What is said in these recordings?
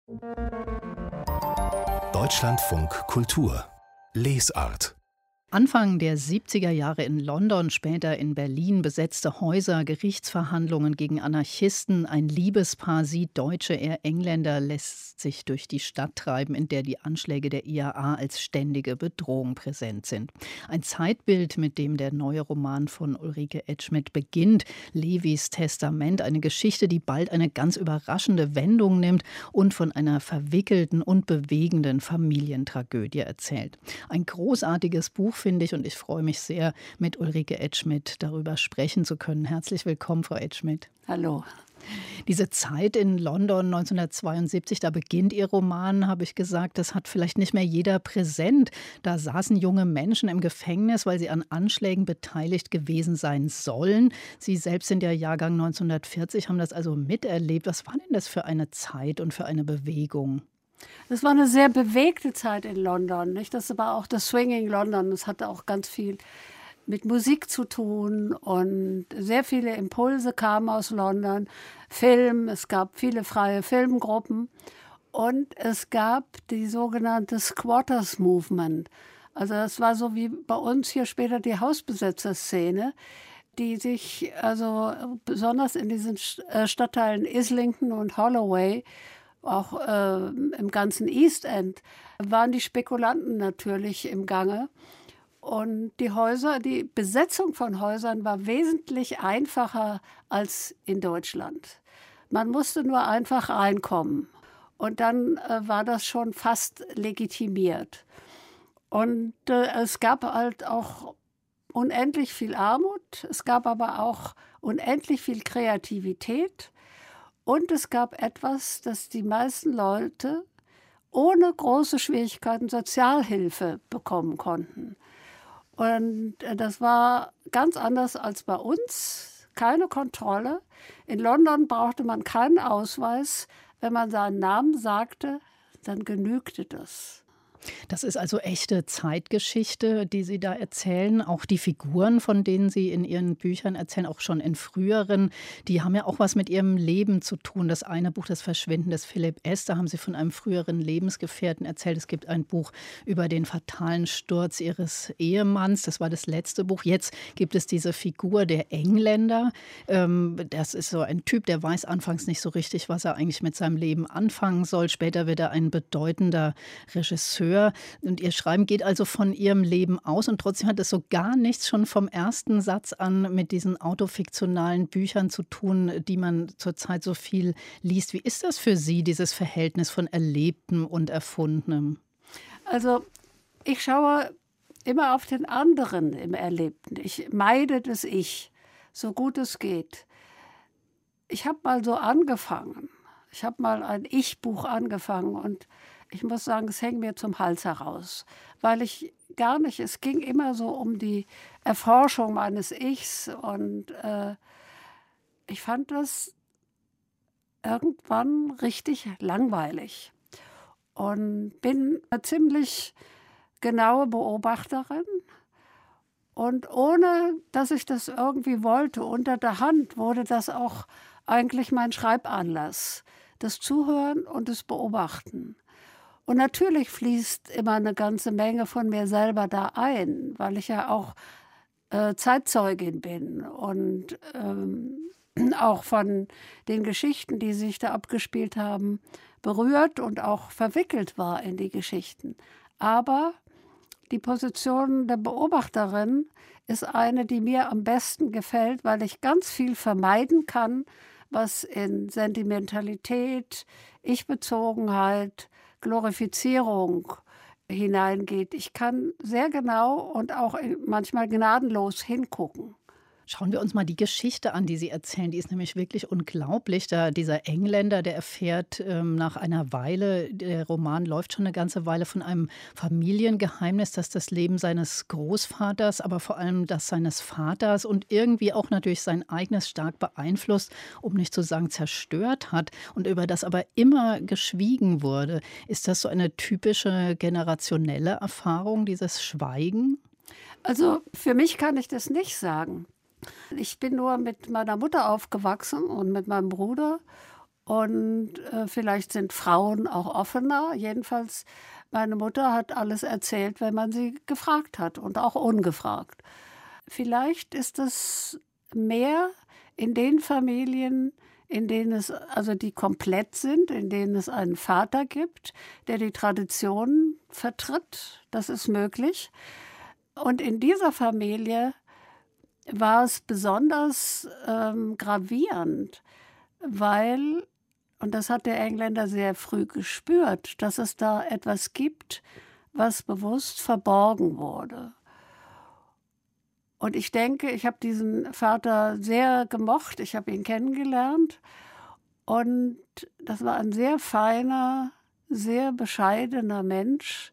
Deutschlandfunk Kultur Lesart. Anfang der 70er Jahre in London, später in Berlin, besetzte Häuser, Gerichtsverhandlungen gegen Anarchisten, ein Liebespaar, sie Deutsche, er Engländer, lässt sich durch die Stadt treiben, in der die Anschläge der IAA als ständige Bedrohung präsent sind. Ein Zeitbild, mit dem der neue Roman von Ulrike Edschmidt beginnt, Levis Testament, eine Geschichte, die bald eine ganz überraschende Wendung nimmt und von einer verwickelten und bewegenden Familientragödie erzählt. Ein großartiges Buch, finde ich, und ich freue mich sehr, mit Ulrike Edschmidt darüber sprechen zu können. Herzlich willkommen, Frau Edschmidt. Hallo. Diese Zeit in London 1972, da beginnt Ihr Roman, habe ich gesagt, das hat vielleicht nicht mehr jeder präsent. Da saßen junge Menschen im Gefängnis, weil sie an Anschlägen beteiligt gewesen sein sollen. Sie selbst sind ja Jahrgang 1940, haben das also miterlebt. Was war denn das für eine Zeit und für eine Bewegung? Das war eine sehr bewegte Zeit in London, nicht? Das war auch das Swinging London. Das hatte auch ganz viel mit Musik zu tun und sehr viele Impulse kamen aus London. Film, es gab viele freie Filmgruppen und es gab die sogenannte Squatters Movement. Also das war so wie bei uns hier später die Hausbesetzerszene, die sich also besonders in diesen Stadtteilen Islington und Holloway, auch im ganzen East End, waren die Spekulanten natürlich im Gange. Und die Besetzung von Häusern war wesentlich einfacher als in Deutschland. Man musste nur einfach reinkommen. Und dann war das schon fast legitimiert. Und es gab halt auch unendlich viel Armut. Es gab aber auch unendlich viel Kreativität. Und es gab etwas, dass die meisten Leute ohne große Schwierigkeiten Sozialhilfe bekommen konnten. Und das war ganz anders als bei uns. Keine Kontrolle. In London brauchte man keinen Ausweis. Wenn man seinen Namen sagte, dann genügte das. Das ist also echte Zeitgeschichte, die Sie da erzählen. Auch die Figuren, von denen Sie in Ihren Büchern erzählen, auch schon in früheren, die haben ja auch was mit Ihrem Leben zu tun. Das eine Buch, Das Verschwinden des Philipp S., da haben Sie von einem früheren Lebensgefährten erzählt. Es gibt ein Buch über den fatalen Sturz Ihres Ehemanns. Das war das letzte Buch. Jetzt gibt es diese Figur der Engländer. Das ist so ein Typ, der weiß anfangs nicht so richtig, was er eigentlich mit seinem Leben anfangen soll. Später wird er ein bedeutender Regisseur. Und Ihr Schreiben geht also von Ihrem Leben aus und trotzdem hat es so gar nichts schon vom ersten Satz an mit diesen autofiktionalen Büchern zu tun, die man zurzeit so viel liest. Wie ist das für Sie, dieses Verhältnis von Erlebtem und Erfundenem? Also ich schaue immer auf den anderen im Erlebten. Ich meide das Ich, so gut es geht. Ich habe mal so angefangen. Ich habe mal ein Ich-Buch angefangen und ich muss sagen, es hängt mir zum Hals heraus, weil es ging immer so um die Erforschung meines Ichs und ich fand das irgendwann richtig langweilig und bin eine ziemlich genaue Beobachterin und ohne, dass ich das irgendwie wollte, unter der Hand wurde das auch eigentlich mein Schreibanlass, das Zuhören und das Beobachten. Und natürlich fließt immer eine ganze Menge von mir selber da ein, weil ich ja auch Zeitzeugin bin und auch von den Geschichten, die sich da abgespielt haben, berührt und auch verwickelt war in die Geschichten. Aber die Position der Beobachterin ist eine, die mir am besten gefällt, weil ich ganz viel vermeiden kann, was in Sentimentalität, Ich-Bezogenheit, Glorifizierung hineingeht. Ich kann sehr genau und auch manchmal gnadenlos hingucken. Schauen wir uns mal die Geschichte an, die Sie erzählen. Die ist nämlich wirklich unglaublich. Dieser Engländer, der erfährt nach einer Weile, der Roman läuft schon eine ganze Weile, von einem Familiengeheimnis, das das Leben seines Großvaters, aber vor allem das seines Vaters und irgendwie auch natürlich sein eigenes stark beeinflusst, um nicht zu sagen zerstört hat und über das aber immer geschwiegen wurde. Ist das so eine typische generationelle Erfahrung, dieses Schweigen? Also für mich kann ich das nicht sagen. Ich bin nur mit meiner Mutter aufgewachsen und mit meinem Bruder. Und vielleicht sind Frauen auch offener. Jedenfalls, meine Mutter hat alles erzählt, wenn man sie gefragt hat und auch ungefragt. Vielleicht ist es mehr in den Familien, in denen es, also die komplett sind, in denen es einen Vater gibt, der die Tradition vertritt. Das ist möglich. Und in dieser Familie war es besonders gravierend, weil, und das hat der Engländer sehr früh gespürt, dass es da etwas gibt, was bewusst verborgen wurde. Und ich denke, ich habe diesen Vater sehr gemocht, ich habe ihn kennengelernt und das war ein sehr feiner, sehr bescheidener Mensch,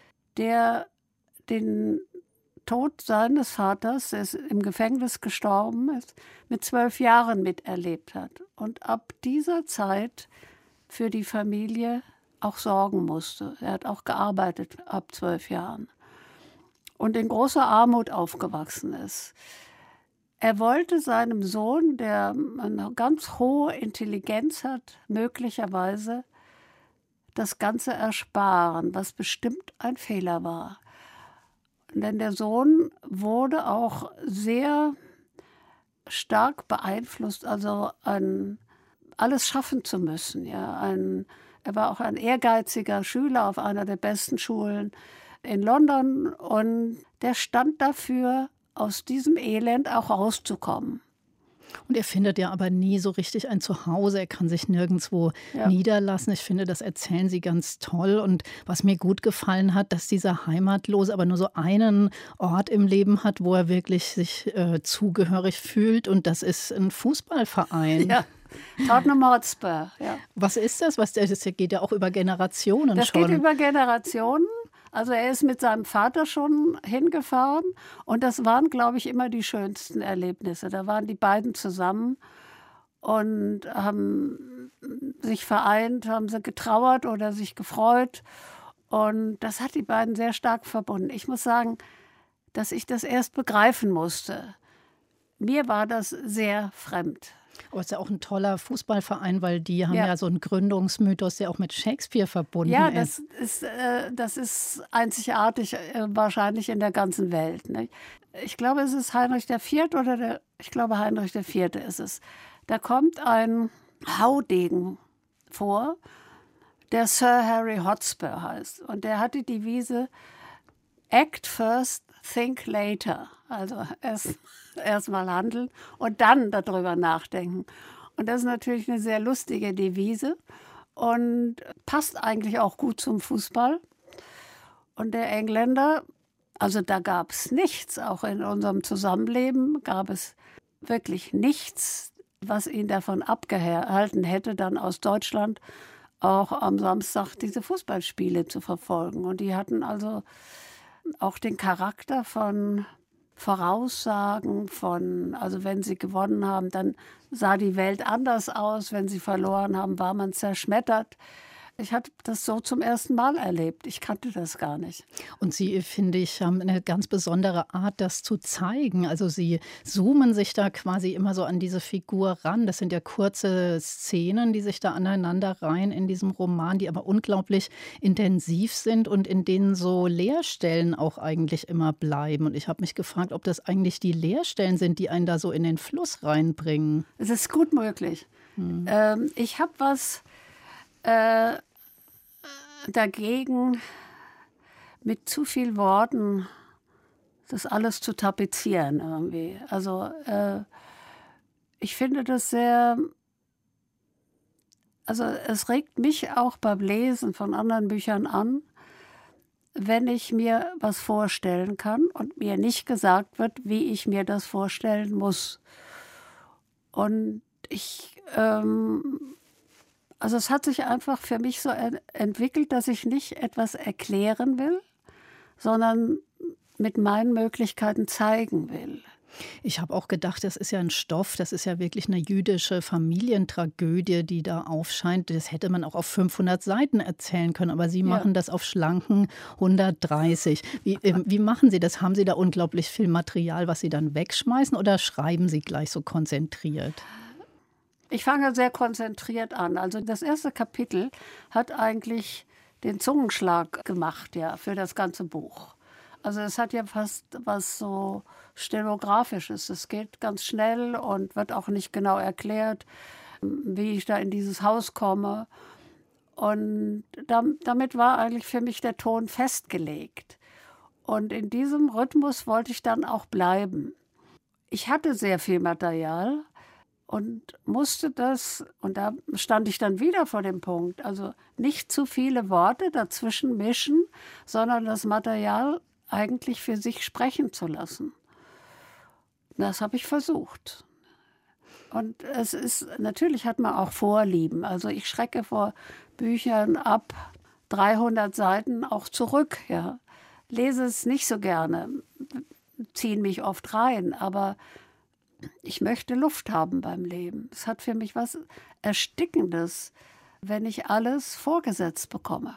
der den Tod seines Vaters, der im Gefängnis gestorben ist, mit 12 Jahren miterlebt hat und ab dieser Zeit für die Familie auch sorgen musste. Er hat auch gearbeitet ab 12 Jahren und in großer Armut aufgewachsen ist. Er wollte seinem Sohn, der eine ganz hohe Intelligenz hat, möglicherweise das Ganze ersparen, was bestimmt ein Fehler war. Denn der Sohn wurde auch sehr stark beeinflusst, also alles schaffen zu müssen. Ja. Er war auch ein ehrgeiziger Schüler auf einer der besten Schulen in London und der stand dafür, aus diesem Elend auch rauszukommen. Und er findet ja aber nie so richtig ein Zuhause. Er kann sich nirgendwo niederlassen. Ich finde, das erzählen Sie ganz toll. Und was mir gut gefallen hat, dass dieser Heimatlose aber nur so einen Ort im Leben hat, wo er wirklich sich zugehörig fühlt. Und das ist ein Fußballverein. Ja. Tottenham Hotspur, ja. Was ist das? Das geht ja auch über Generationen das schon. Das geht über Generationen. Also er ist mit seinem Vater schon hingefahren und das waren, glaube ich, immer die schönsten Erlebnisse. Da waren die beiden zusammen und haben sich vereint, haben sie getrauert oder sich gefreut und das hat die beiden sehr stark verbunden. Ich muss sagen, dass ich das erst begreifen musste. Mir war das sehr fremd. Aber es ist ja auch ein toller Fußballverein, weil die haben ja so einen Gründungsmythos, der auch mit Shakespeare verbunden ist. Ja, das ist einzigartig wahrscheinlich in der ganzen Welt. Nicht? Ich glaube, es ist Heinrich IV. Ich glaube, Heinrich IV. Ist es. Da kommt ein Haudegen vor, der Sir Harry Hotspur heißt. Und der hat die Devise Act first, think later. Also erst mal handeln und dann darüber nachdenken. Und das ist natürlich eine sehr lustige Devise und passt eigentlich auch gut zum Fußball. Und der Engländer, also da gab es nichts, auch in unserem Zusammenleben gab es wirklich nichts, was ihn davon abgehalten hätte, dann aus Deutschland auch am Samstag diese Fußballspiele zu verfolgen. Und die hatten also auch den Charakter von Voraussagen, also wenn sie gewonnen haben, dann sah die Welt anders aus. Wenn sie verloren haben, war man zerschmettert. Ich hatte das so zum ersten Mal erlebt. Ich kannte das gar nicht. Und Sie, finde ich, haben eine ganz besondere Art, das zu zeigen. Also Sie zoomen sich da quasi immer so an diese Figur ran. Das sind ja kurze Szenen, die sich da aneinander reihen in diesem Roman, die aber unglaublich intensiv sind und in denen so Leerstellen auch eigentlich immer bleiben. Und ich habe mich gefragt, ob das eigentlich die Leerstellen sind, die einen da so in den Fluss reinbringen. Es ist gut möglich. Ich habe was dagegen, mit zu viel Worten das alles zu tapezieren irgendwie. Also ich finde das sehr, also es regt mich auch beim Lesen von anderen Büchern an, wenn ich mir was vorstellen kann und mir nicht gesagt wird, wie ich mir das vorstellen muss. Und also es hat sich einfach für mich so entwickelt, dass ich nicht etwas erklären will, sondern mit meinen Möglichkeiten zeigen will. Ich habe auch gedacht, das ist ja ein Stoff, das ist ja wirklich eine jüdische Familientragödie, die da aufscheint. Das hätte man auch auf 500 Seiten erzählen können, aber Sie machen das auf schlanken 130. Wie machen Sie das? Haben Sie da unglaublich viel Material, was Sie dann wegschmeißen oder schreiben Sie gleich so konzentriert? Ich fange sehr konzentriert an. Also das erste Kapitel hat eigentlich den Zungenschlag gemacht, ja, für das ganze Buch. Also es hat ja fast was so Stenografisches. Es geht ganz schnell und wird auch nicht genau erklärt, wie ich da in dieses Haus komme. Und damit war eigentlich für mich der Ton festgelegt. Und in diesem Rhythmus wollte ich dann auch bleiben. Ich hatte sehr viel Material und musste das, und da stand ich dann wieder vor dem Punkt, also nicht zu viele Worte dazwischen mischen, sondern das Material eigentlich für sich sprechen zu lassen. Das habe ich versucht. Und es ist, natürlich hat man auch Vorlieben. Also ich schrecke vor Büchern ab 300 Seiten auch zurück, ja. Lese es nicht so gerne, ziehen mich oft rein, aber ich möchte Luft haben beim Leben. Es hat für mich was Erstickendes, wenn ich alles vorgesetzt bekomme.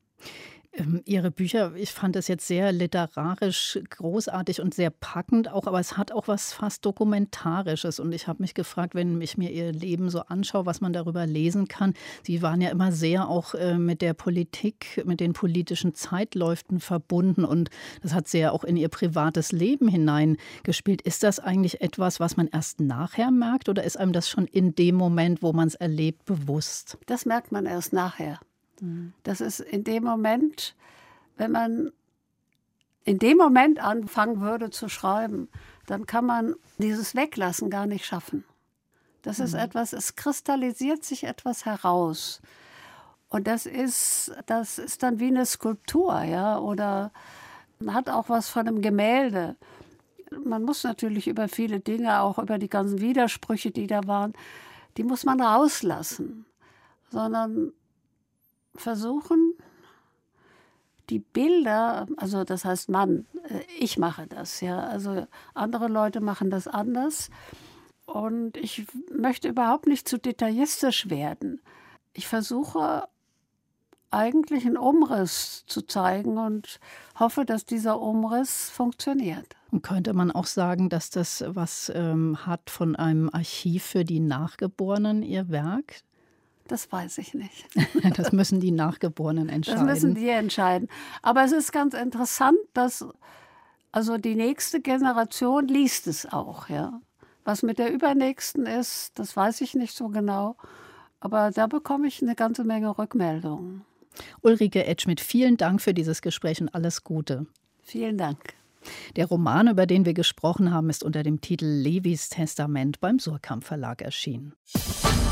Ihre Bücher, ich fand es jetzt sehr literarisch großartig und sehr packend auch, aber es hat auch was fast Dokumentarisches. Und ich habe mich gefragt, wenn ich mir Ihr Leben so anschaue, was man darüber lesen kann. Sie waren ja immer sehr auch mit der Politik, mit den politischen Zeitläuften verbunden und das hat sehr auch in Ihr privates Leben hineingespielt. Ist das eigentlich etwas, was man erst nachher merkt oder ist einem das schon in dem Moment, wo man es erlebt, bewusst? Das merkt man erst nachher. Das ist in dem Moment, wenn man in dem Moment anfangen würde zu schreiben, dann kann man dieses Weglassen gar nicht schaffen. Das ist etwas, es kristallisiert sich etwas heraus. Und das ist dann wie eine Skulptur, ja, oder hat auch was von einem Gemälde. Man muss natürlich über viele Dinge, auch über die ganzen Widersprüche, die da waren, die muss man rauslassen, sondern versuchen, die Bilder, also das heißt ich mache das, ja, also andere Leute machen das anders und ich möchte überhaupt nicht zu detaillistisch werden. Ich versuche eigentlich einen Umriss zu zeigen und hoffe, dass dieser Umriss funktioniert. Und könnte man auch sagen, dass das was hat von einem Archiv für die Nachgeborenen, Ihr Werk? Das weiß ich nicht. Das müssen die Nachgeborenen entscheiden. Das müssen die entscheiden. Aber es ist ganz interessant, dass also die nächste Generation liest es auch. Ja. Was mit der übernächsten ist, das weiß ich nicht so genau. Aber da bekomme ich eine ganze Menge Rückmeldungen. Ulrike Edschmidt, vielen Dank für dieses Gespräch und alles Gute. Vielen Dank. Der Roman, über den wir gesprochen haben, ist unter dem Titel Levis Testament beim Suhrkamp Verlag erschienen.